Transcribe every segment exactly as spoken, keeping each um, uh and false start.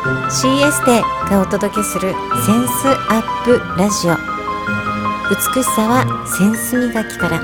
シーエス テがお届けするセンスアップラジオ。美しさはセンス磨きから。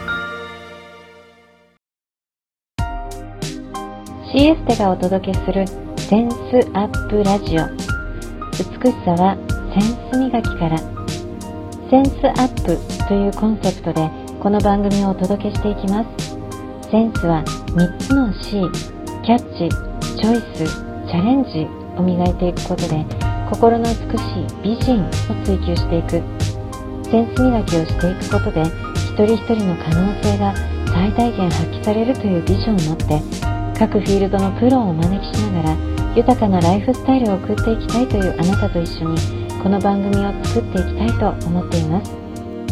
シーエス テがお届けするセンスアップラジオ。美しさはセンス磨きから。センスアップというコンセプトでこの番組をお届けしていきます。センスはみっつの C、 キャッチ、チョイス、チャレンジを磨いていくことで、心の美しい美人を追求していく。センス磨きをしていくことで、一人一人の可能性が最大限発揮されるというビジョンを持って、各フィールドのプロをお招きしながら豊かなライフスタイルを送っていきたいというあなたと一緒に、この番組を作っていきたいと思っています。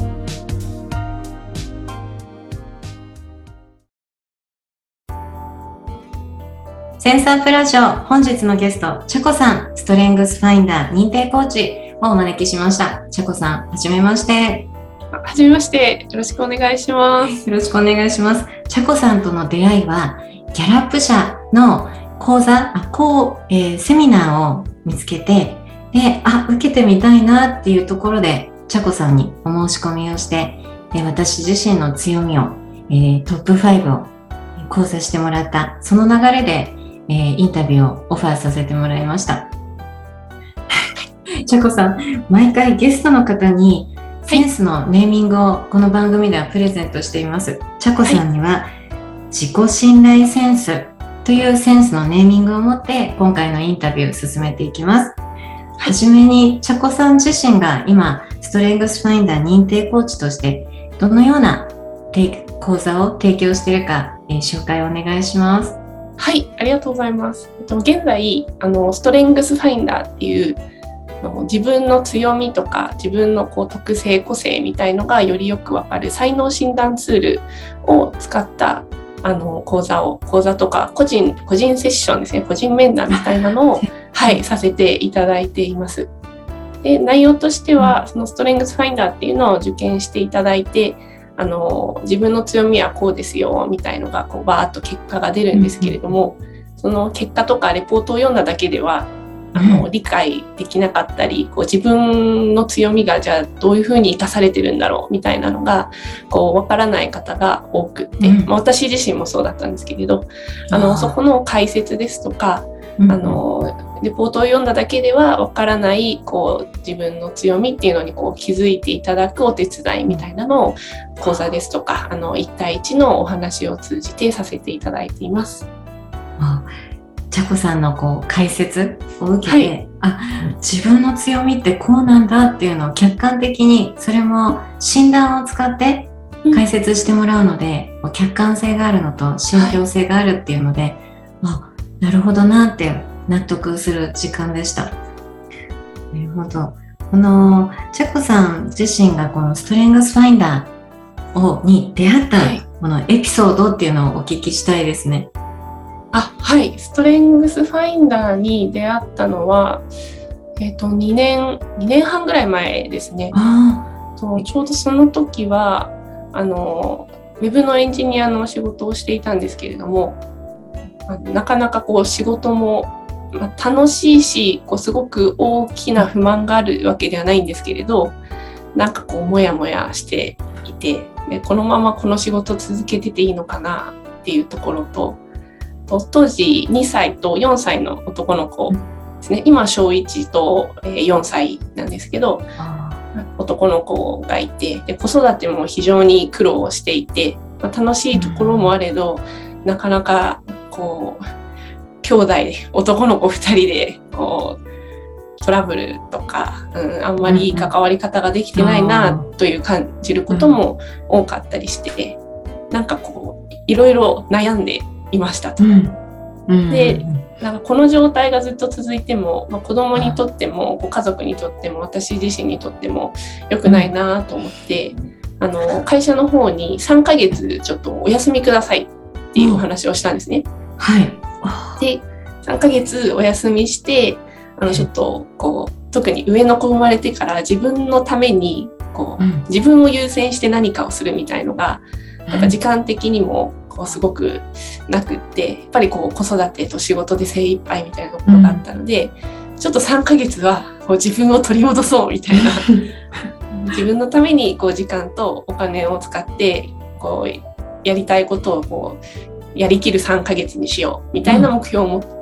センスアップラジオ、本日のゲスト、ちゃこさん、ストレングスファインダー認定コーチをお招きしました。ちゃこさん、はじめまして。 はじめまして。よろしくお願いします。 よろしくお願いします。ちゃこさんとの出会いは、ギャラップ社の講座、あこう、えー、セミナーを見つけて、で、あ、受けてみたいなっていうところで、ちゃこさんにお申し込みをして、で私自身の強みを、えー、トップファイブを講座してもらった、その流れで、えー、インタビューをオファーさせてもらいました。ちゃこさん、毎回ゲストの方にセンスのネーミングをこの番組ではプレゼントしています。ちゃこさんには、自己信頼センスというセンスのネーミングを持って今回のインタビューを進めていきます。はじめに、ちゃこさん自身が今、ストレングスファインダー認定コーチとしてどのような講座を提供しているか、えー、紹介をお願いします。 はい、ありがとうございます。現在、あのストレングスファインダーっていう自分の強みとか自分のこう特性、個性みたいのがよりよくわかる才能診断ツールを使ったあの講座を講座とか個人個人セッションですね、個人面談みたいなのをはいさせていただいています。で、内容としてはそのストレングスファインダーっていうのを受験していただいて、あの自分の強みはこうですよみたいのがこうバーッと結果が出るんですけれども、その結果とかレポートを読んだだけではあの理解できなかったり、こう自分の強みがじゃあどういうふうに生かされてるんだろうみたいなのがこう分からない方が多くて、うんまあ、私自身もそうだったんですけれど、あのそこの解説ですとか、あのレポートを読んだだけでは分からないこう自分の強みっていうのにこう気づいていただくお手伝いみたいなのを講座ですとかあのいち対いちのお話を通じてさせていただいています。 あ、ちゃこさんのこう解説を受けて、はい、あ、自分の強みってこうなんだっていうのを客観的に、それも診断を使って解説してもらうので、うん、客観性があるのと信憑性があるっていうので、はい、あ、なるほどなって納得する時間でした。なるほど。このちゃこさん自身がこのストレングスファインダーをに出会ったこのエピソードっていうのをお聞きしたいですね。 あ、はい。ストレングスファインダーに出会ったのは、えっと、にねん、にねんはんぐらい前ですね。あとちょうどその時は、あの、ウェブのエンジニアの仕事をしていたんですけれども、なかなかこう仕事も、まあ、楽しいし、こうすごく大きな不満があるわけではないんですけれど、なんかこう、もやもやしていて、でこのままこの仕事続けてていいのかなっていうところと、当時にさいとよんさいの男の子ですね。今小いちとよんさいなんですけど、男の子がいて、で子育ても非常に苦労していて、まあ、楽しいところもあれど、なかなかこう兄弟で男の子ふたりでこうトラブルとか、うん、あんまりいい関わり方ができてないなという感じることも多かったりして、なんかこういろいろ悩んでいましたと、うんうん、でなんかこの状態がずっと続いても、まあ、子供にとってもご家族にとっても私自身にとっても良くないなと思って、あの会社の方にさんかげつちょっとお休みくださいっていうお話をしたんですね、うんはい、でさんかげつお休みしてあのちょっとこう特に上の子生まれてから自分のためにこう、うん、自分を優先して何かをするみたいのがなんか時間的にもこうすごくなくって、やっぱりこう子育てと仕事で精一杯みたいなところがあったので、 ちょっとさんかげつはこう自分を取り戻そうみたいな自分のためにこう時間とお金を使ってこうやりたいことをこうやりきるさんかげつにしようみたいな目標を持って、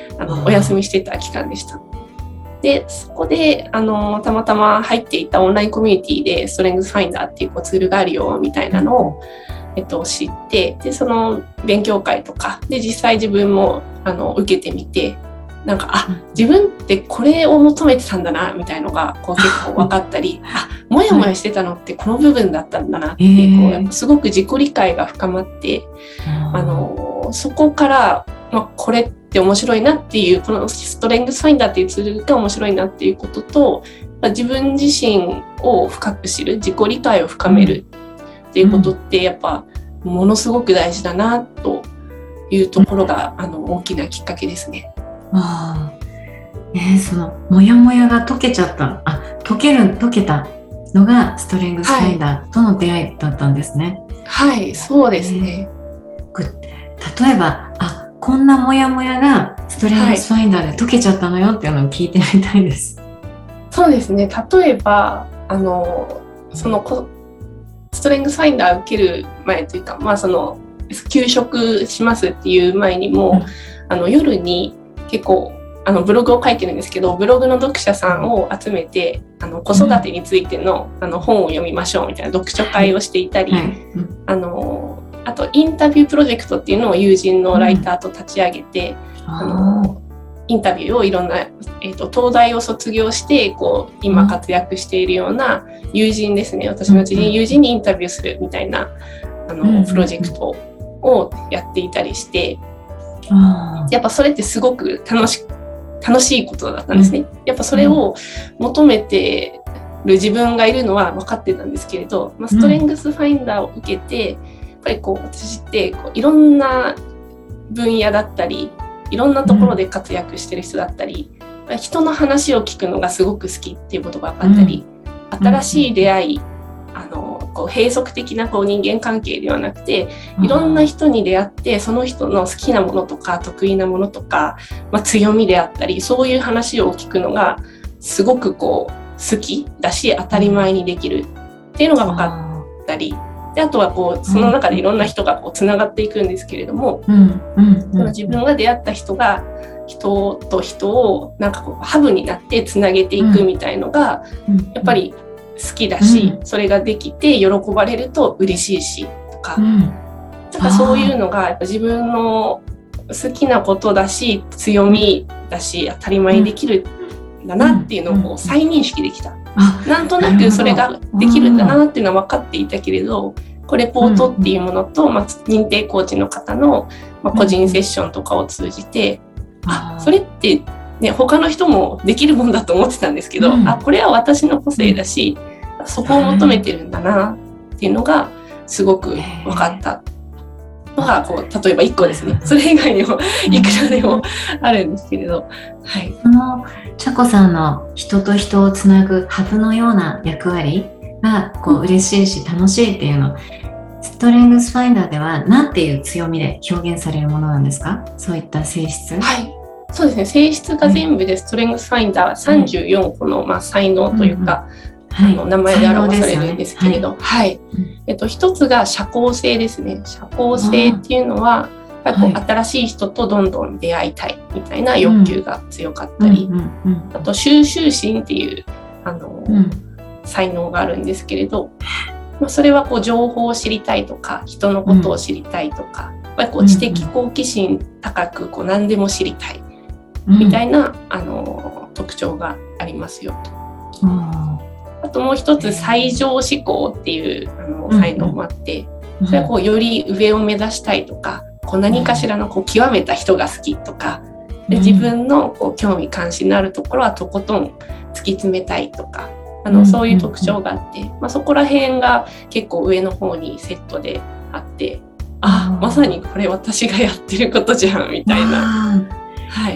うん、あのお休みしてた期間でした。でそこであのたまたま入っていたオンラインコミュニティでストレングスファインダーっていう、こうツールがあるよみたいなのを、えっと、知って、でその勉強会とかで実際自分もあの受けてみて、なんかあ自分ってこれを求めてたんだなみたいのがこう結構分かったりあもやもやしてたのってこの部分だったんだなって、こうやっぱすごく自己理解が深まって、あのそこから、まあ、これって面白いなっていう、このストレングスファインダーっていうツールが面白いなっていうことと、まあ、自分自身を深く知る、自己理解を深めるっていうことってやっぱものすごく大事だなというところが、あの大きなきっかけですね。 あえー、そのモヤモヤが解けちゃったあ解ける解けたのがストレングスファインダーとの出会いだったんですね。 はい、はい、そうですね。 えー、例えばあこんなモヤモヤがストレングスファインダーで解けちゃったのよっていうのを聞いてみたいです。 はい、そうですね。例えばあのそのストレングスファインダーを受ける前というか、まあその休職しますっていう前にも、うん、あの夜に結構あのブログを書いてるんですけど、ブログの読者さんを集めてあの子育てについて の,、うん、あの本を読みましょうみたいな読書会をしていたり、はいはいうん、あのあとインタビュープロジェクトっていうのを友人のライターと立ち上げて、うん、あのインタビューをいろんな、えーと、東大を卒業してこう今活躍しているような友人ですね、私の知人友人にインタビューするみたいなあの、うん、プロジェクトをやっていたりして、やっぱそれってすごく楽し楽しいことだったんですね。やっぱそれを求めてる自分がいるのは分かってたんですけれど、まあ、ストレングスファインダーを受けて、やっぱりこう私ってこういろんな分野だったり、いろんなところで活躍してる人だったり、うん、人の話を聞くのがすごく好きっていうことが分かったり、うん、新しい出会い、あのこう閉塞的なこう人間関係ではなくて、いろんな人に出会ってその人の好きなものとか得意なものとか、まあ、強みであったり、そういう話を聞くのがすごくこう好きだし当たり前にできるっていうのが分かったり、であとはこうその中でいろんな人がこうつながっていくんですけれども、うんうんうん、その自分が出会った人が人と人をなんかこうハブになってつなげていくみたいのが、うん、やっぱり好きだし、うん、それができて喜ばれると嬉しいしとか、うん、なんかそういうのがやっぱ自分の好きなことだし強みだし当たり前にできるんだなっていうのをこう再認識できた、うん、なんとなくそれができるんだなっていうのは分かっていたけれど、これレポートっていうものと、まあ、認定コーチの方の、まあ、個人セッションとかを通じて、うん、あそれってね、他の人もできるもんだと思ってたんですけど、うん、あこれは私の個性だし、うん、そこを求めてるんだなっていうのがすごく分かったのがこう例えばいっこですね。それ以外にもいくらでもあるんですけれど、はい、 そのちゃこさんの人と人をつなぐハブのような役割がこう嬉しいし楽しいっていうの、ストレングスファインダーでは何ていう強みで表現されるものなんですか？そういった性質。 はい、そうですね。性質が全部でストレングスファインダーはさんじゅうよんこの、まあ、才能というか、うんうん、あの名前で表されるんですけれど、はいはい、えっと、一つが社交性ですね。社交性っていうのはやっぱりこう新しい人とどんどん出会いたいみたいな欲求が強かったり、あと収集心っていうあの、うん、才能があるんですけれど、まあ、それはこう情報を知りたいとか人のことを知りたいとか、やっぱりこう知的好奇心高くこう何でも知りたいみたいな、うん、あの特徴がありますよと。うん、あともう一つ最上志向っていうあの才能もあって、うん、それはこうより上を目指したいとか、こう何かしらのこう極めた人が好きとかで、自分のこう興味関心のあるところはとことん突き詰めたいとか、あのそういう特徴があって、まあ、そこら辺が結構上の方にセットであって、あまさにこれ私がやってることじゃんみたいな。はい、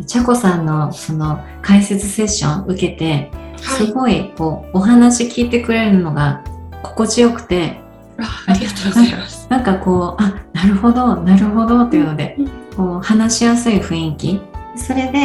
ちゃこさんのその解説セッション受けて、すごいこうお話聞いてくれるのが心地よくて、 あ, ありがとうございます。 なんかこうあなるほどなるほどっていうので、こう話しやすい雰囲気、それで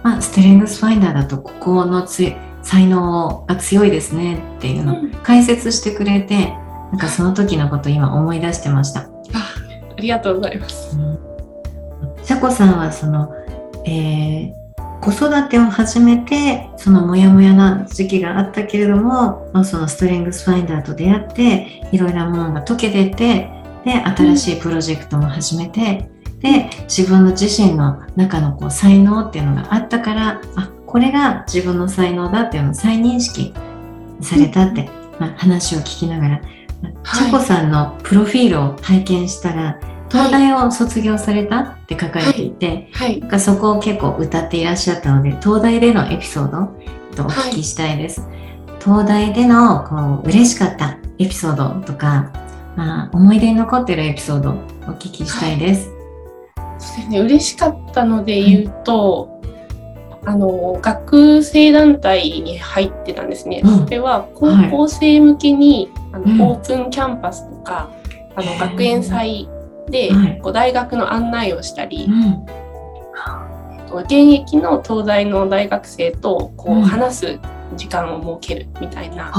まあ、ストレングスファインダーだとここのつ才能が強いですねっていうのを解説してくれて、うん、なんかその時のこと今思い出してました。あ、 ありがとうございます。 シャコさんはその、えー、子育てを始めてそのモヤモヤな時期があったけれども、そのストレングスファインダーと出会っていろいろなものが解けていってで新しいプロジェクトも始めて、うん、で自分の自身の中のこう才能っていうのがあったから、あ、これが自分の才能だっていうのを再認識されたって、うん、まあ、話を聞きながら、はい、シャコさんのプロフィールを拝見したら東大を卒業されたって書かれていて、はいはい、そこを結構歌っていらっしゃったので東大でのエピソードとお聞きしたいです、はい、東大でのこう嬉しかったエピソードとか、まあ、思い出に残っているエピソードをお聞きしたいです、 はい、そうですね、嬉しかったので言うと、はい、あの学生団体に入ってたんですね、うん、それは高校生向けに、はい、あのオープンキャンパスとか、うん、あの学園祭で、はい、こう大学の案内をしたり、うん、現役の東大の大学生とこう話す時間を設けるみたいな、うん、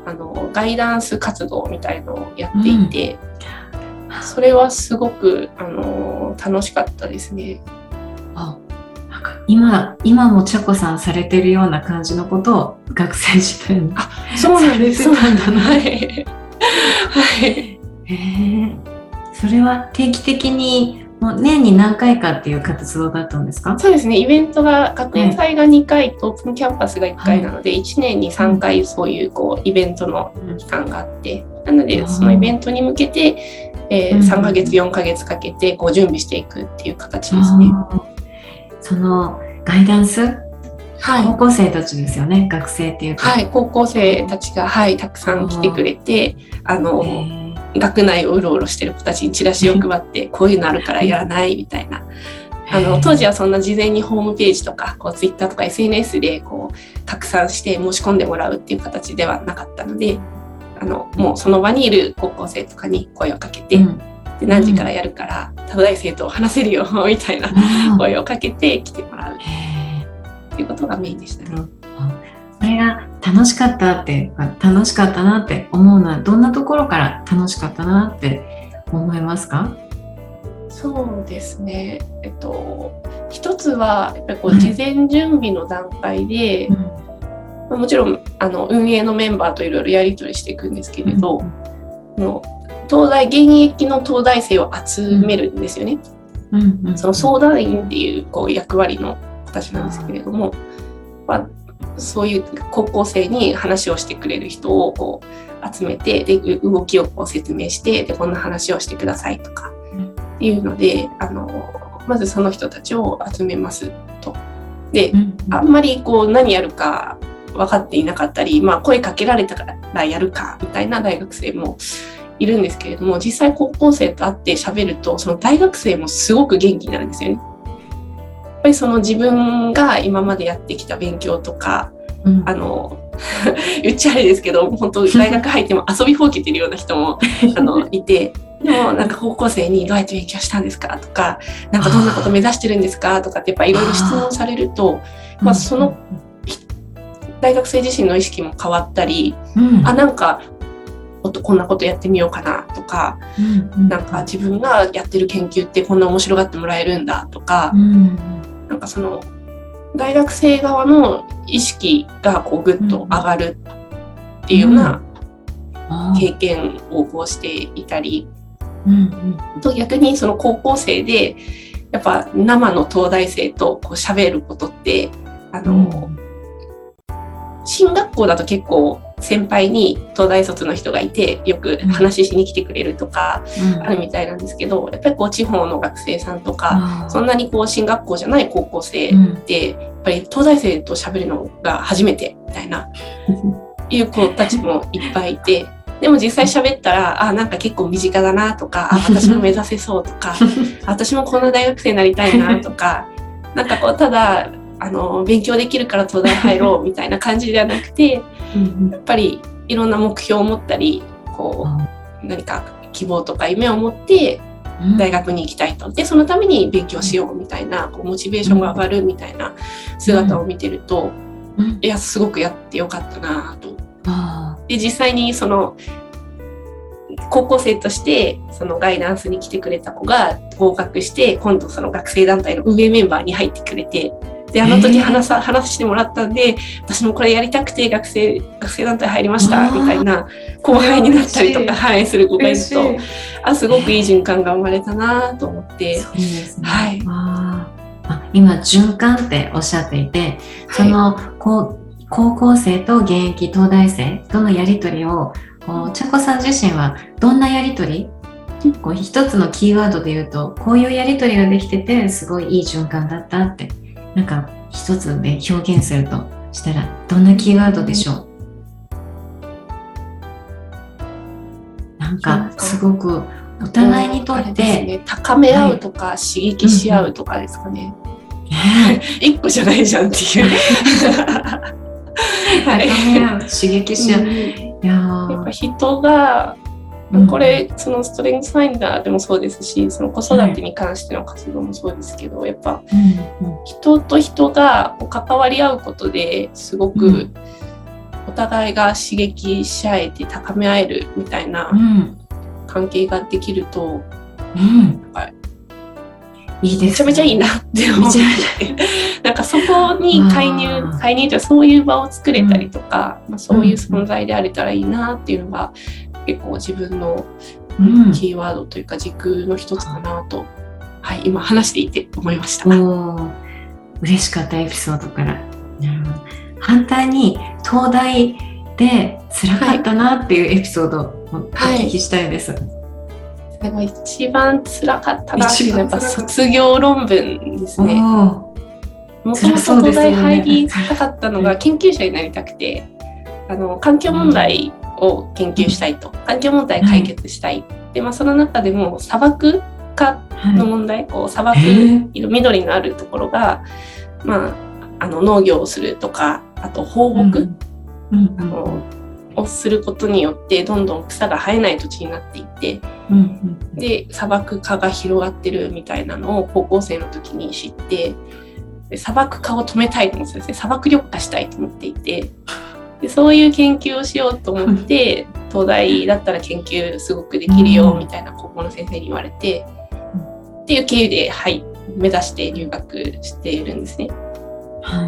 あのガイダンス活動みたいのをやっていて、うん、それはすごくあの楽しかったですね。 あ、なんか今、今もちゃこさんされてるような感じのことを学生時代にあ、そうなんです。 されてたんだな。 はい。はい。 へー、それは定期的にもう年に何回かっていう活動だったんですか？ そうですね、イベントが学園祭がにかいとオープンキャンパスがいっかいなので、はい、いちねんにさんかいそういう、こうイベントの期間があって、なのでそのイベントに向けて、えー、さんかげつよんかげつかけてこう準備していくっていう形ですね。 そのガイダンス、はい、高校生たちですよね、学生っていうか。 はい、高校生たちが、はい、たくさん来てくれて、あの学内をうろうろしてる子たちにチラシを配ってこういうのあるからやらないみたいな、あの当時はそんな事前にホームページとかこうツイッターとか エスエヌエス でこう拡散して申し込んでもらうっていう形ではなかったので、あのもうその場にいる高校生とかに声をかけて、うん、で何時からやるから東大生と話せるよみたいな声をかけて来てもらうっていうことがメインでしたね。 それが楽しかったって楽しかったなって思うのはどんなところから楽しかったなって思いますか？ そうですね、えっと一つはやっぱりこう事前準備の段階で、うん、もちろんあの運営のメンバーといろいろやり取りしていくんですけれど、うん、の東大現役の東大生を集めるんですよね、うんうんうん、その相談員っていう、こう役割の形なんですけれども、まあそういう高校生に話をしてくれる人をこう集めて、で動きをこう説明して、でこんな話をしてくださいとかっていうので、あのまずその人たちを集めますと。で、あんまりこう何やるか分かっていなかったり、まあ、声かけられたからやるかみたいな大学生もいるんですけれども、実際高校生と会って喋ると、その大学生もすごく元気になるんですよね。やっぱりその自分が今までやってきた勉強とか、うん、あの言っちゃあれですけど、本当大学入っても遊びほうけてるような人もあのいて、でもなんか高校生にどうやって勉強したんですかとか、なんかどんなこと目指してるんですかとかってやっぱいろいろ質問されると、まあ、その大学生自身の意識も変わったり、うん、あ、なんかこんなことやってみようかなとか、うん、なんか自分がやってる研究ってこんな面白がってもらえるんだとか、うん、なんかその大学生側の意識がこうぐっと上がるっていうような経験をこうしていたり、うんうん、と逆にその高校生でやっぱ生の東大生とこう喋ることってあの、うん、進学校だと結構先輩に東大卒の人がいてよく話しに来てくれるとかあるみたいなんですけど、やっぱりこう地方の学生さんとか、うん、そんなにこう進学校じゃない高校生ってやっぱり東大生と喋るのが初めてみたいないう子たちもいっぱいいて、でも実際喋ったら、あ、なんか結構身近だなとか、あ、私も目指せそうとか私もこんな大学生になりたいなとかなんかこうただあの勉強できるから東大入ろうみたいな感じではなくてやっぱりいろんな目標を持ったり、こう何か希望とか夢を持って大学に行きたいと。で、そのために勉強しようみたいな、こうモチベーションが上がるみたいな姿を見てると、いや、すごくやってよかったなと。で、実際にその、高校生としてそのガイダンスに来てくれた子が合格して、今度その学生団体の運営メンバーに入ってくれて、で、あの時話さ、話してもらったんで、私もこれやりたくて学生、学生団体入りました、みたいな後輩になったりとか、はい、する子がいると、あ、すごくいい循環が生まれたなと思って。 そうですね。 はい。 あ今、循環っておっしゃっていて、その、はい、こう高校生と現役東大生とのやりとりを、こうちゃこさん自身はどんなやりとり、こう一つのキーワードで言うと、こういうやりとりができてて、すごいいい循環だったって、なんか一つで表現するとしたら、どんなキーワードでしょう？なんかすごくお互いにとって、 ね、高め合うとか、はい、刺激し合うとかですかね。一、うん、個じゃないじゃんっていう。 高め合う、刺激し合う。うん、いややっぱ人が、これ、うん、そのストレングスファインダーでもそうですし、その子育てに関しての活動もそうですけど、やっぱ、うん、人と人が関わり合うことですごくお互いが刺激し合えて高め合えるみたいな関係ができると、 うん、いいですね。 めちゃめちゃいいなって思って、なんかそこに介入、介入というかそういう場を作れたりとか、うんまあ、そういう存在であれたらいいなっていうのが、結構自分のキーワードというか軸の一つかなと、うんはい、今話していて思いました。 お嬉しかったエピソードから。うん、反対に東大で辛かったなっていうエピソードをお聞きしたいです。 はいはい、一番辛かったなっていうのはやっぱ卒業論文ですね。もともと東大入りたかったのが研究者になりたくて、あの環境問題を研究したいと、環境問題解決したい、はい、で、まあ、その中でも砂漠化の問題、はい、こう砂漠、緑のあるところが、まあ、あの農業をするとか、あと放牧、うんうん、あのをすることによってどんどん草が生えない土地になっていって、うんうん、で砂漠化が広がってるみたいなのを高校生の時に知って、で砂漠化を止めたいと思ってですね、砂漠緑化したいと思っていて、でそういう研究をしようと思って東大だったら研究すごくできるよみたいな高校の先生に言われて、っていう経由で、はい、目指して入学しているんですね。はい、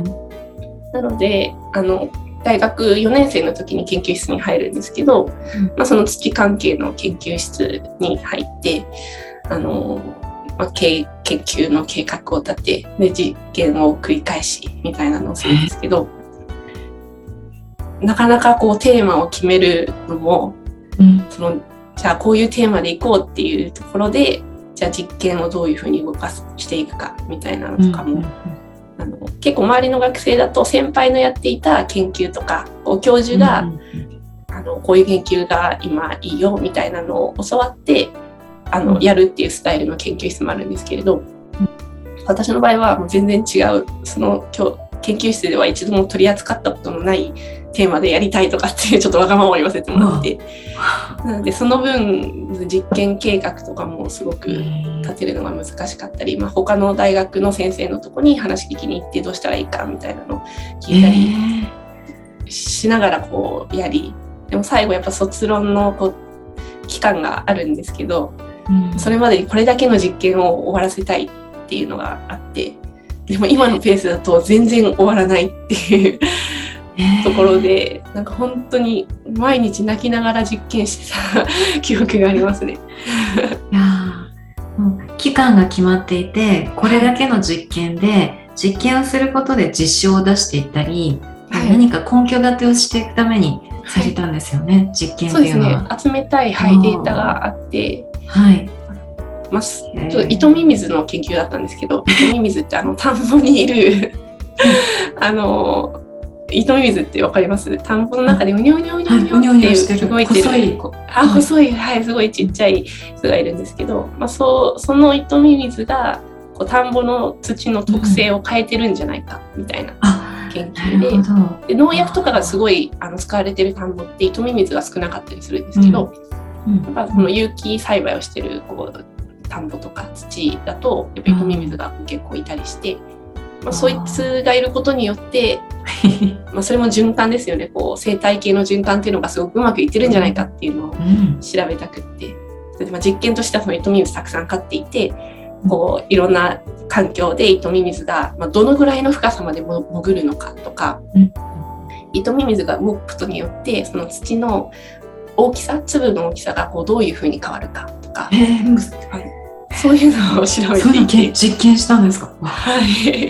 なのであの大学よねん生の時に研究室に入るんですけど、うんまあ、その土関係の研究室に入ってあの、まあ、研究の計画を立てで実験を繰り返しみたいなのをするんですけど、なかなかこうテーマを決めるのも、うん、そのじゃあこういうテーマでいこうっていうところで、じゃあ実験をどういうふうに動かしていくかみたいなのとかも、うんあの結構周りの学生だと先輩のやっていた研究とかこう教授が、うん、あのこういう研究が今いいよみたいなのを教わってあの、うん、やるっていうスタイルの研究室もあるんですけれど、うん、私の場合はもう全然違う、その研究室では一度も取り扱ったことのないテーマでやりたいとかっていうちょっとわがままを言わせてもらって、うん、なのでその分実験計画とかもすごく立てるのが難しかったり、まあ、他の大学の先生のとこに話聞きに行ってどうしたらいいかみたいなのを聞いたりしながらこうやり、でも最後やっぱ卒論のこう期間があるんですけど、うん、それまでにこれだけの実験を終わらせたいっていうのがあって、でも今のペースだと全然終わらないっていうところで、なんか本当に毎日泣きながら実験してた記憶がありますね。 いやもう期間が決まっていて、これだけの実験で実験をすることで実証を出していったり、はい、何か根拠立てをしていくためにされたんですよね、はい、実験っていうのは。 そうですね、集めたい、はい、データがあって、 はいまあ、ちょっと糸ミミズの研究だったんですけど、糸ミミズってあの田んぼにいるあの糸ミミズってわかります？田んぼの中でうにょうにょうにょうにょって動いてる、細い子、あ、細い、はい、すごいちっちゃい人がいるんですけど、まあ、そうその糸ミミズがこう田んぼの土の特性を変えてるんじゃないかみたいな研究で、うん、で農薬とかがすごいあの使われてる田んぼって糸ミミズが少なかったりするんですけど、うん、やっぱこの有機栽培をしてるこう田んぼとか土だとやっぱり富水が結構いたりして、まあ、そいつがいることによってまあそれも循環ですよね。こう生態系の循環っていうのがすごくうまくいってるんじゃないかっていうのを調べたくって、それでまあ実験としてはその糸ミミズたくさん飼っていて、こういろんな環境で糸ミミズがまあどのぐらいの深さまでも潜るのかとか、糸ミミズが動くことによってその土の大きさ、粒の大きさがこうどういうふうに変わるかとか、 えーはい、そういうのを調べていて、 そういうの実験したんですか？ はい。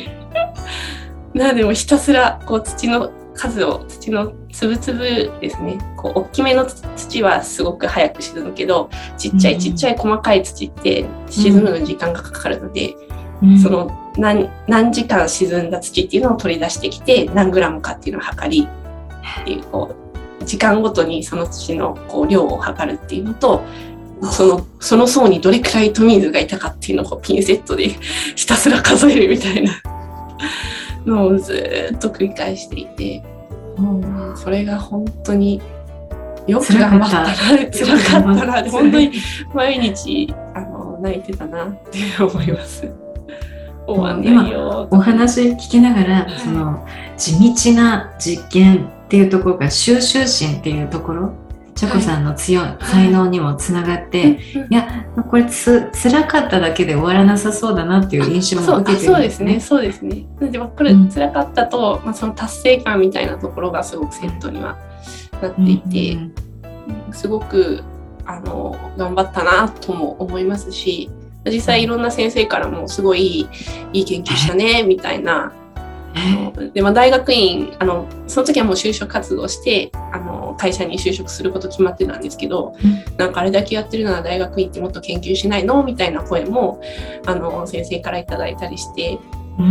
なのでもうひたすらこう土の数を、土の粒々ですね、こう大きめの土はすごく早く沈むけど、ちっちゃいちっちゃい細かい土って沈むのに時間がかかるので、うん、その 何, 何時間沈んだ土っていうのを取り出してきて何グラムかっていうのを測りっていう、こう時間ごとにその土のこう量を測るっていうのと、そのその層にどれくらい糸ミミズがいたかっていうのをピンセットでひたすら数えるみたいなのをずっと繰り返していて、もうそれが本当によく頑張ったな、辛かったなって本当に毎日あの泣いてたなって思います。終わんないよ。 今お話聞きながら、はい、その地道な実験っていうところが収集心っていうところ、ちゃこさんの強い才能にもつながって、はい、いやこれつ辛かっただけで終わらなさそうだなっていう印象も受けてるんですね。 そうですね、そうですね。でもこれ辛かったと、うん、まあ、その達成感みたいなところがすごくセットにはなっていて、うんうん、すごくあの頑張ったなとも思いますし、実際いろんな先生からもすごいいい、いい研究したねみたいな。で、まあ、大学院あのその時はもう就職活動してあの会社に就職すること決まってたんですけど、うん、なんかあれだけやってるなら大学院ってもっと研究しないのみたいな声もあの先生からいただいたりして、うん、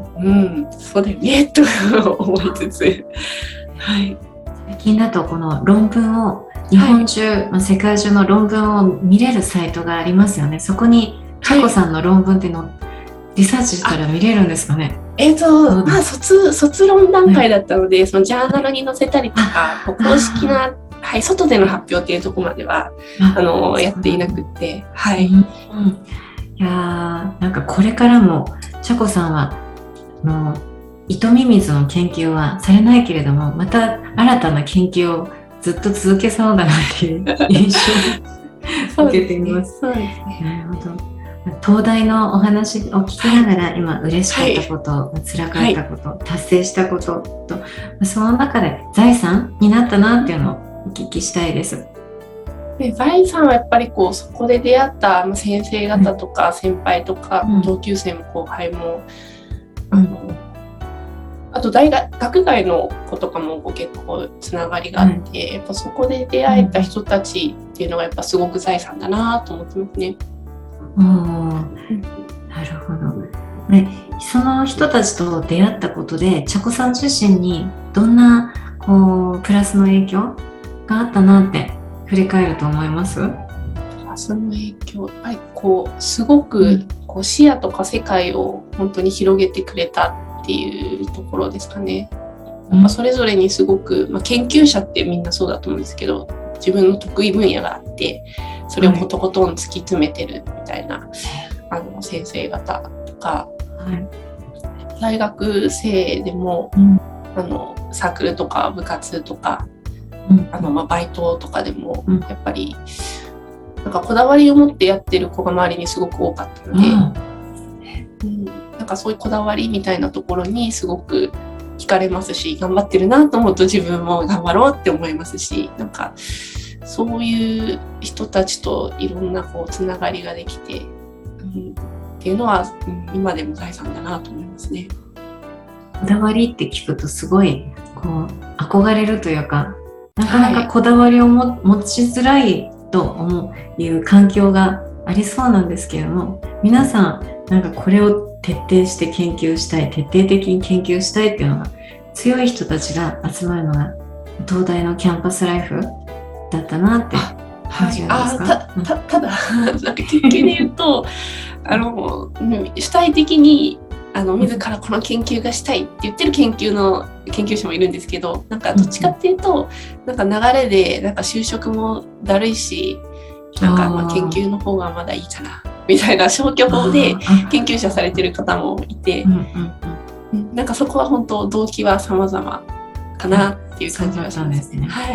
うん、そうだよねと思いつつ、はい、 最近だとこの論文を日本中、はい、世界中の論文を見れるサイトがありますよね。そこにちゃこさんの論文っていうのをリサーチしたら見れるんですかね？ えーとまあ、卒, 卒論段階だったので、はい、そのジャーナルに載せたりとか公式な、はい、外での発表っていうところまではあのやっていなくて、はい、うん、いやなんかこれからもちゃこさんはもう糸ミミズの研究はされないけれども、また新たな研究をずっと続けそうだなっていう印象を受けています。 そうですね。 なるほど。東大のお話を聞きながら、はい、今嬉しかったこと、はい、辛かったこと、はい、達成したことと、その中で財産になったなっていうのをお聞きしたいです。 で財産はやっぱりこうそこで出会った先生方とか先輩とか、うん、同級生も後輩も、うん、あのあと大学学外の子とかも結構つながりがあって、うん、やっぱそこで出会えた人たちっていうのがやっぱすごく財産だなと思ってますね。 おなるほど。で、その人たちと出会ったことで、ちゃこさん自身にどんなこうプラスの影響があったなって振り返ると思います？プラスの影響、やっぱりこうすごくこう視野とか世界を本当に広げてくれたっていうところですかね。やっぱそれぞれにすごく、まあ、研究者ってみんなそうだと思うんですけど、自分の得意分野があってそれをことことん突き詰めてるみたいな、はい、あの先生方とか、はい、大学生でも、うん、あのサークルとか部活とか、うん、あのまあ、バイトとかでも、うん、やっぱりなんかこだわりを持ってやってる子が周りにすごく多かったので、うん、なんかそういうこだわりみたいなところにすごく惹かれますし、頑張ってるなと思うと自分も頑張ろうって思いますし、なんかそういう人たちといろんなこうつながりができて、うん、っていうのは、うん、今でも財産だなと思いますね。 こだわりって聞くとすごいこう憧れるというか、なかなかこだわりをも、はい、持ちづらいと思ういう環境がありそうなんですけれども、皆さんなんかこれを徹底して研究したい、徹底的に研究したいっていうのが強い人たちが集まるのが東大のキャンパスライフだったなって感じなんですか？ はい、あた, た, ただなんか研究で言うとあの主体的にあの自らこの研究がしたいって言ってる研究の研究者もいるんですけど、なんかどっちかっていうと、うん、なんか流れでなんか就職もだるいし、なんかまあ研究の方がまだいいかなみたいな消去法で研究者されてる方もいて、うんうんうん、なんかそこは本当動機は様々かなっていう感じがしますね。はい。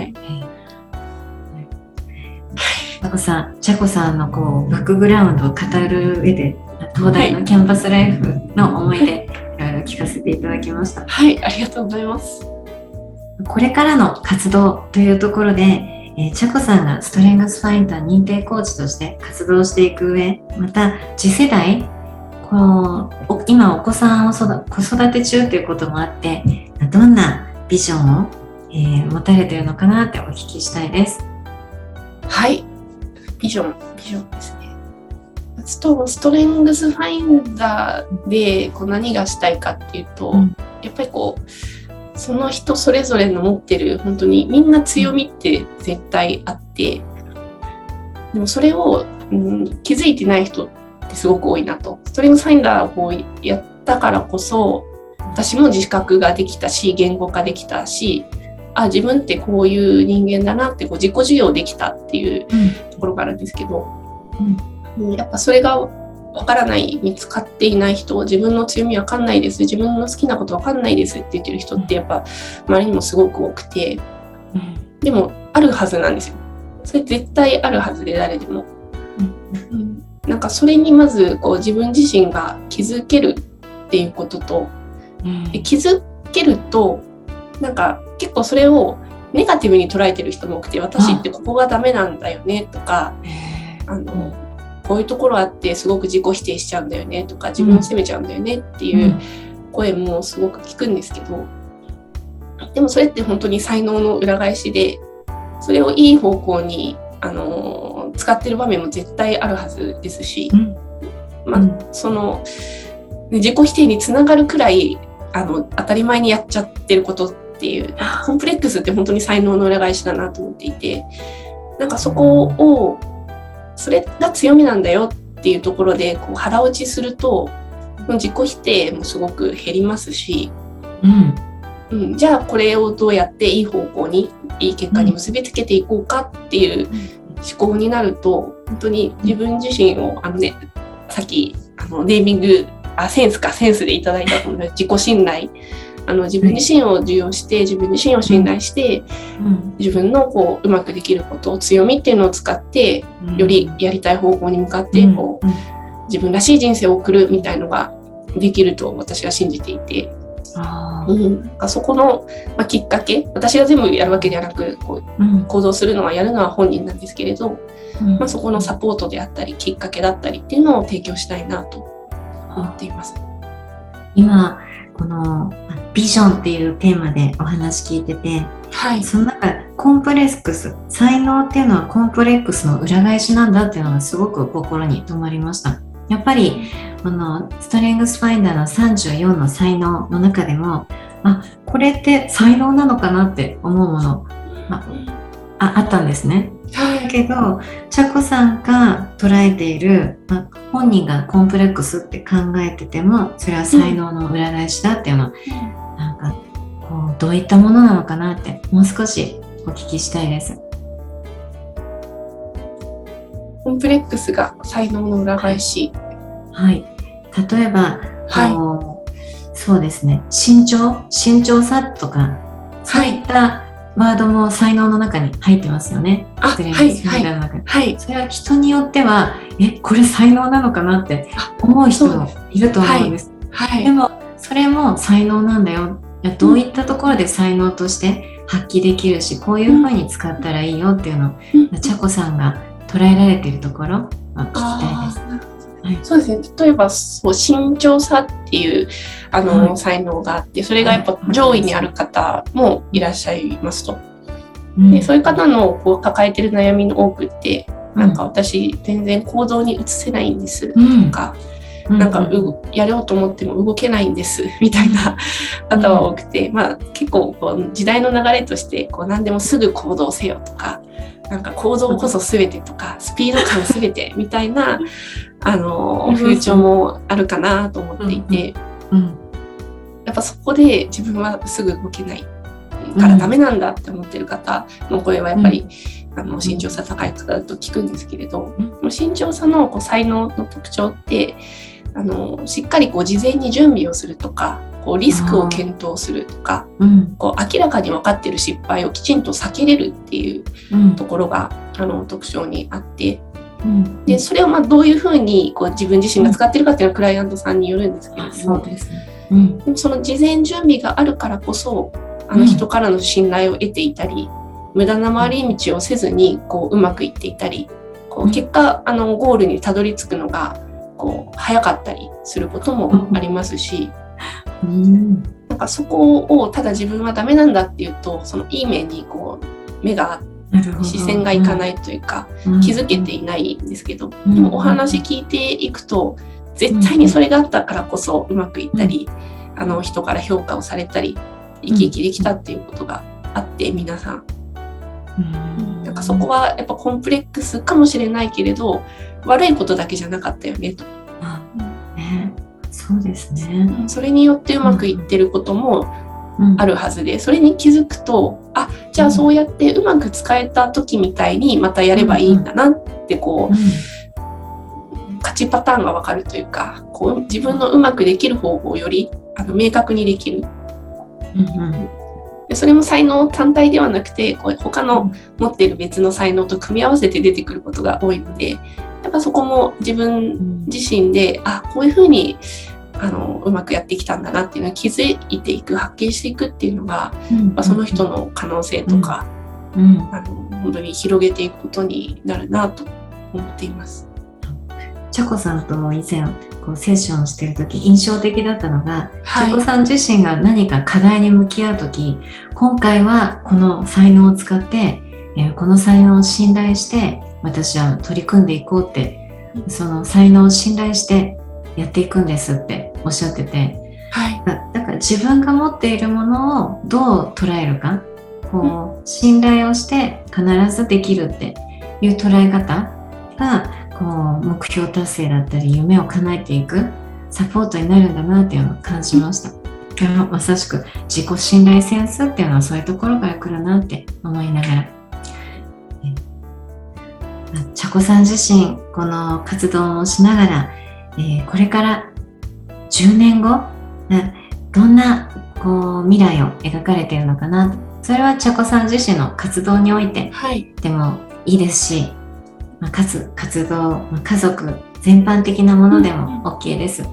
まこさん、ちゃこさんのこうバックグラウンドを語る上で東大のキャンパスライフの思い出、はい、いろいろ聞かせていただきました。 はい、ありがとうございます。 これからの活動というところで、えー、ちゃこさんがストレングスファインダー認定コーチとして活動していく上、また次世代、こう今お子さんを育子育て中ということもあって、どんなビジョンを、えー、持たれているのかなってお聞きしたいです。 はい、ビジョン、ビジョンですね。スト、ストレングスファインダーでこう何がしたいかっていうと、うん、やっぱりこうその人それぞれの持ってる本当にみんな強みって絶対あって、でもそれを、うん、気づいてない人ってすごく多いなと。ストレングスファインダーをやったからこそ私も自覚ができたし、言語化できたし、あ、自分ってこういう人間だなってこう自己授業できたっていうところがあるんですけど、うん、やっぱそれがわからない、見つかっていない人、自分の強みわかんないです、自分の好きなことわかんないですって言ってる人ってやっぱ周りにもすごく多くて、うん、でもあるはずなんですよ。それ絶対あるはずで、誰でも、うんうん、なんかそれにまずこう自分自身が気づけるっていうことと、うん、で気づけるとなんか結構それをネガティブに捉えてる人も多くて、私ってここがダメなんだよねとか、あのこういうところあってすごく自己否定しちゃうんだよねとか、自分を責めちゃうんだよねっていう声もすごく聞くんですけど、でもそれって本当に才能の裏返しで、それをいい方向にあの使ってる場面も絶対あるはずですし、まあ、その自己否定につながるくらいあの当たり前にやっちゃってることっていう、コンプレックスって本当に才能の裏返しだなと思っていて、なんかそこをそれが強みなんだよっていうところでこう腹落ちすると自己否定もすごく減りますし、うんうん、じゃあこれをどうやっていい方向にいい結果に結びつけていこうかっていう思考になると、本当に自分自身をあの、ね、さっきあのネーミングあセンスかセンスでいただいたと思う自己信頼、あの自分自身を受容して自分自身を信頼して、うん、自分のこううまくできること強みっていうのを使ってよりやりたい方向に向かってこう、うん、自分らしい人生を送るみたいのができると私は信じていて、あ、うん、そこの、まあ、きっかけ、私が全部やるわけではなくこう、うん、行動するのはやるのは本人なんですけれど、うんまあ、そこのサポートであったりきっかけだったりっていうのを提供したいなと思っています。 今このビジョンっていうテーマでお話聞いてて、はい、その中コンプレックス、才能っていうのはコンプレックスの裏返しなんだっていうのがすごく心に留まりました。やっぱりこのストレングスファインダーのさんじゅうよんの才能の中でも、あ、これって才能なのかなって思うもの、まあ、あったんですね。だけどちゃこさんが捉えている、まあ、本人がコンプレックスって考えててもそれは才能の裏返しだっていうのは、うん、なんかこうどういったものなのかなってもう少しお聞きしたいです。 コンプレックスが才能の裏返し、 はい、例えば、はい、そうですね、慎重慎重さとかそういった、はい、ワードも才能の中に入ってますよね。 あ、はいはいはい。 それは人によってはえこれ才能なのかなって思う人もいると思うんです。はいはい、でもそれも才能なんだよ。いやどういったところで才能として発揮できるし、こういうふうに使ったらいいよっていうのを、うん、ちゃこさんが捉えられているところは聞きたいです。 はい、そうですね。例えばそう慎重さっていうあの、はい、才能があって、それがやっぱ上位にある方もいらっしゃいますと。うん、でそういう方のこう抱えてる悩みの多くって、うん、なんか私全然行動に移せないんですとか、うん、なんかうやろうと思っても動けないんですみたいな方は多くて、うん、まあ結構こう時代の流れとしてこう何でもすぐ行動せよとか。なんか行動こそ全てとかスピード感全てみたいなあの風潮もあるかなと思っていて、うんうん、やっぱそこで自分はすぐ動けないからダメなんだって思ってる方の声はやっぱり、うん、あの慎重さ高い方だと聞くんですけれど、うん、慎重さのこう才能の特徴ってあのしっかりこう事前に準備をするとか、こうリスクを検討するとか、うん、こう明らかに分かっている失敗をきちんと避けれるっていうところが、うん、あの特徴にあって、うん、でそれをまあどういうふうにこう自分自身が使っているかっていうのはクライアントさんによるんですけれども、そうですね、うん、でもその事前準備があるからこそあの人からの信頼を得ていたり、うん、無駄な回り道をせずにこううまくいっていたり、こう結果あのゴールにたどり着くのがこう早かったりすることもありますし、うん、なんかそこをただ自分はダメなんだっていうと、そのいい面にこう目が視線がいかないというか、うん、気づけていないんですけど、うん、でもお話聞いていくと絶対にそれがあったからこそうまくいったり、うん、あの人から評価をされたり生き生きできたっていうことがあって、皆さん、うん、なんかそこはやっぱコンプレックスかもしれないけれど悪いことだけじゃなかったよねと。 あ、ね、そうですね。 それによってうまくいってることもあるはずで、それに気づくと、あ、じゃあそうやってうまく使えた時みたいにまたやればいいんだなってこう、うん、勝ちパターンが分かるというか、こう自分のうまくできる方法をよりあの明確にできる、うんうん、でそれも才能単体ではなくて、こう他の持っている別の才能と組み合わせて出てくることが多いので、やっぱそこも自分自身で、あ、こういうふうにあのうまくやってきたんだなっていうのを気づいていく、発見していくっていうのが、うんまあ、その人の可能性とか、うんうん、あの本当に広げていくことになるなと思っています。 ちゃこさんとも以前こうセッションしている時印象的だったのが、はい、ちゃこさん自身が何か課題に向き合う時、今回はこの才能を使って、えー、この才能を信頼して私は取り組んでいこうって、その才能を信頼してやっていくんですっておっしゃってて、はい、だ, だから自分が持っているものをどう捉えるか、こう、うん、信頼をして必ずできるっていう捉え方がこう目標達成だったり夢を叶えていくサポートになるんだなっていうのを感じました。うん、まさしく自己信頼センスっていうのはそういうところから来るなって思いながら、ちゃこさん自身この活動をしながら、えー、これからじゅうねんごどんなこう未来を描かれているのかな、それはちゃこさん自身の活動においてでもいいですし、まあ、活, 活動、まあ、家族全般的なものでも OK です、うん、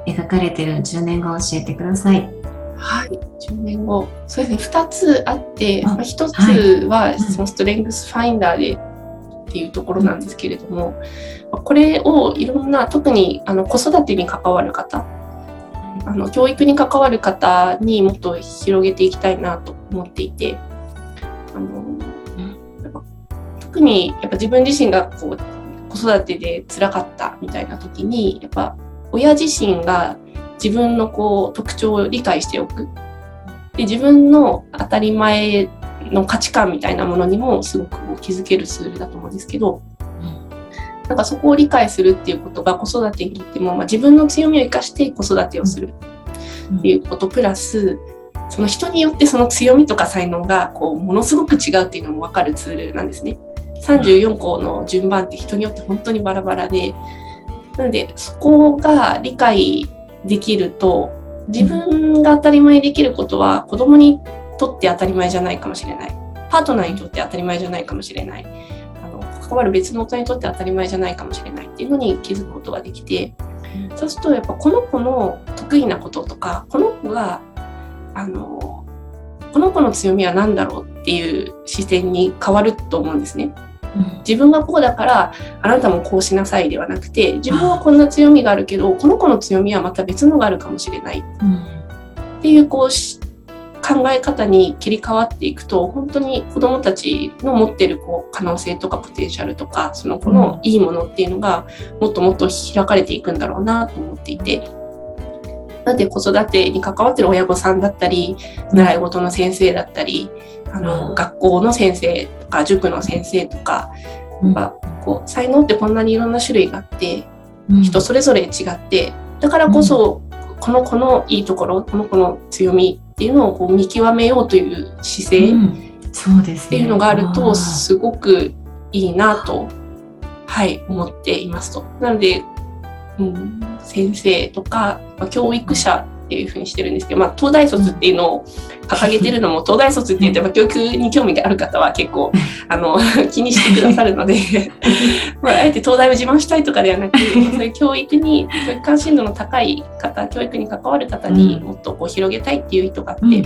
描かれているじゅうねんごを教えてください。 はい、じゅうねんご、そうですね、ふたつあって、まあ、ひとつはそのストレングスファインダーでっていうところなんですけれども、うん、これをいろんな、特にあの子育てに関わる方、あの教育に関わる方にもっと広げていきたいなと思っていて、あのやっぱ特にやっぱ自分自身がこう子育てで辛かったみたいな時に、やっぱ親自身が自分のこう特徴を理解しておく、で自分の当たり前の価値観みたいなものにもすごく気づけるツールだと思うんですけど、なんかそこを理解するっていうことが子育てにとっても、まあ、自分の強みを生かして子育てをするっていうことプラス、その人によってその強みとか才能がこうものすごく違うっていうのも分かるツールなんですね。さんじゅうよんこの順番って人によって本当にバラバラで、なのでそこが理解できると、自分が当たり前にできることは子供にとって当たり前じゃないかもしれない、パートナーにとって当たり前じゃないかもしれない、あの関わる別の大人にとって当たり前じゃないかもしれないっていうのに気づくことができて、そうするとやっぱこの子の得意なこととか、この子があのこの子の強みは何だろうっていう視点に変わると思うんですね。自分がこうだからあなたもこうしなさいではなくて、自分はこんな強みがあるけどこの子の強みはまた別のがあるかもしれないっていう、こう考え方に切り替わっていくと、本当に子どもたちの持っているこう可能性とかポテンシャルとか、その子のいいものっていうのがもっともっと開かれていくんだろうなと思っていて、なので子育てに関わっている親御さんだったり、習い事の先生だったり、あの学校の先生とか塾の先生とか、やっぱこう才能ってこんなにいろんな種類があって、人それぞれ違って、だからこそこの子のいいところ、この子の強みっていうのをこう見極めようという姿勢、うん、そうですね、っていうのがあるとすごくいいなと、はい、思っていますと。なので、うん、先生とか、まあ、教育者っていうふうにしてるんですけど、まあ、東大卒っていうのを掲げてるのも、東大卒って言っても教育に興味がある方は結構あの気にしてくださるのでまあ、あえて東大を自慢したいとかではなく、そういう教育に教育関心度の高い方、教育に関わる方にもっとこう広げたいっていう意図があって、うん、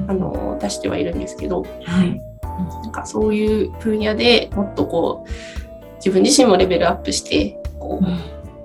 あの出してはいるんですけど、はい、なんかそういう分野でもっとこう自分自身もレベルアップしてこう、うん、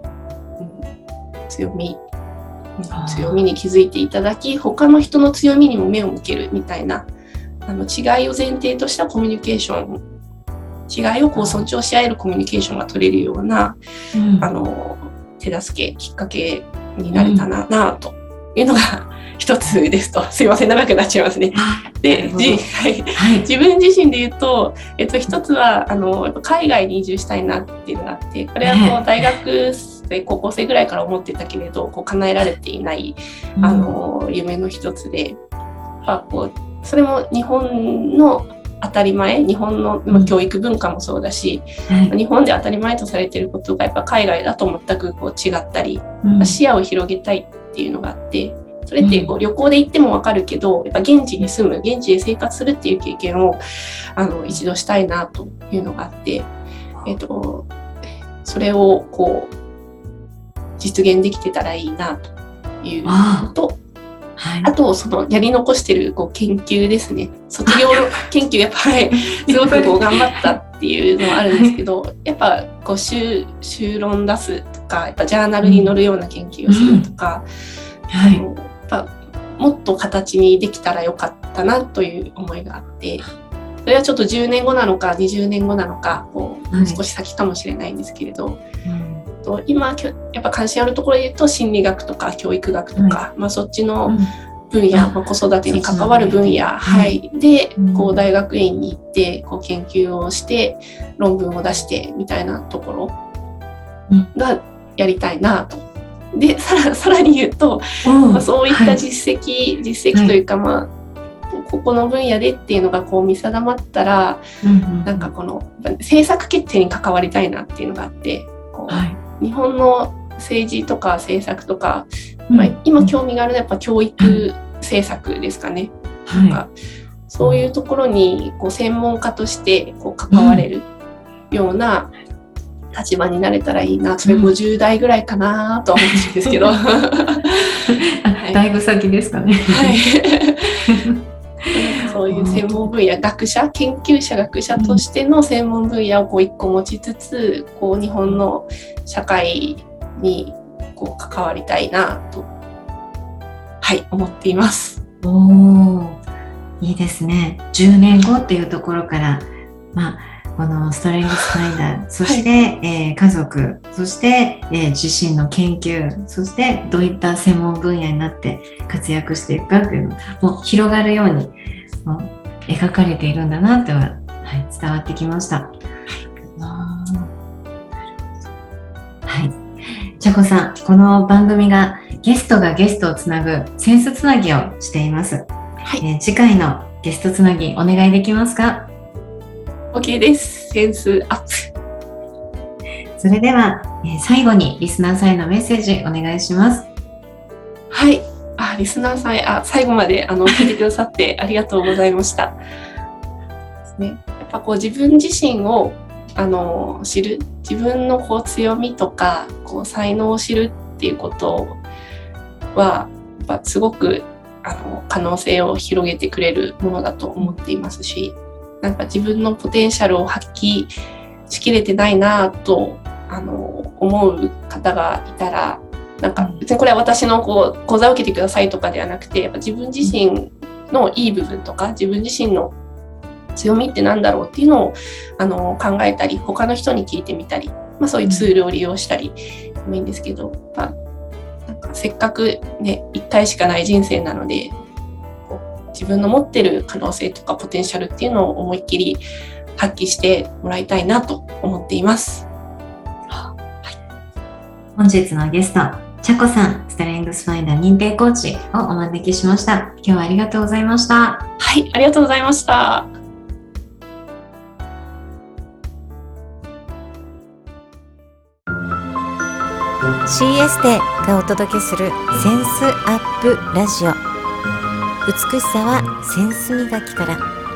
強み強みに気づいていただき、他の人の強みにも目を向けるみたいな、あの違いを前提としたコミュニケーション、違いをこう尊重し合えるコミュニケーションが取れるような、うん、あの手助けきっかけになれたらなというのが一つですと。すいません、長くなっちゃいますね。で、じはいはい、自分自身で言うと、えっと、一つはあのやっぱ海外に移住したいなっていうのがあって、これはこう大学生高校生ぐらいから思ってたけれどこう叶えられていない、うん、あの夢の一つで、まあ、こうそれも日本の当たり前、日本の、まあ、教育文化もそうだし、うん、日本で当たり前とされていることがやっぱ海外だと全くこう違ったり、うんまあ、視野を広げたいっていうのがあって、それってこう旅行で行っても分かるけど、やっぱ現地に住む、現地で生活するっていう経験をあの一度したいなというのがあって、えっと、それをこう実現できてたらいいなというのと、あ,、はい、あとそのやり残してるこう研究ですね。卒業研究やっぱりすごくこう頑張ったっていうのはあるんですけど、やっぱこう 修, 修論出すとか、やっぱジャーナルに載るような研究をするとか、うんはい、あのやっぱもっと形にできたらよかったなという思いがあって、それはちょっとじゅうねんごなのかにじゅうねんごなのかこう少し先かもしれないんですけれど、はいうん、今やっぱ関心あるところで言うと心理学とか教育学とか、はいまあ、そっちの分野、うんまあ、子育てに関わる分野、はい、で、うん、こう大学院に行ってこう研究をして論文を出してみたいなところがやりたいなと。で さ, らさらに言うと、まあ、そういった実績、はい、実績というか、まあ、ここの分野でっていうのがこう見定まったら、うんうん、なんかこの政策決定に関わりたいなっていうのがあってこう、はい、日本の政治とか政策とか、まあ、今興味があるのはやっぱ教育政策ですかね、はい、なんかそういうところにこう専門家としてこう関われるような立場になれたらいいな、それごじゅう代ぐらいかなとは思ってるんですけど、はい、 だいぶ先ですかね。はいそういう専門分野、学者、研究者、学者としての専門分野をこう一個持ちつつ、こう日本の社会にこう関わりたいなと、はい、思っています。 おー、いいですね。じゅうねんごっていうところから、まあ、このストレングスファインダー、そして、はいえー、家族、そして、えー、自身の研究、そしてどういった専門分野になって活躍していくかというのも広がるように描かれているんだなとは、はい、伝わってきました。はい。ちゃこさん、この番組がゲストがゲストをつなぐセンスつなぎをしています。はいえー、次回のゲストつなぎお願いできますか？ OK です。センスアップ。 それでは、えー、最後にリスナーさんへのメッセージお願いします。 はい。あ、リスナーさんへ、あ、最後まであの聞いてくださってありがとうございました。ですね、やっぱこう自分自身をあの知る、自分のこう強みとかこう才能を知るっていうことはやっぱすごくあの可能性を広げてくれるものだと思っていますし、なんか自分のポテンシャルを発揮しきれてないなとあの思う方がいたら、なんか別にこれは私のこう講座を受けてくださいとかではなくて、やっぱ自分自身のいい部分とか自分自身の強みってなんだろうっていうのをあの考えたり、他の人に聞いてみたり、まあ、そういうツールを利用したりでもいいんですけど、まあ、なんかせっかくね一回しかない人生なので、こう自分の持ってる可能性とかポテンシャルっていうのを思いっきり発揮してもらいたいなと思っています。 はい、本日のゲスト、ちゃこさん、素ストレングスファインダー認定コーチをお招きしました。今日はありがとうございました。 はい、ありがとうございました。 シーエス テがお届けするセンスアップラジオ。美しさはセンス磨きから。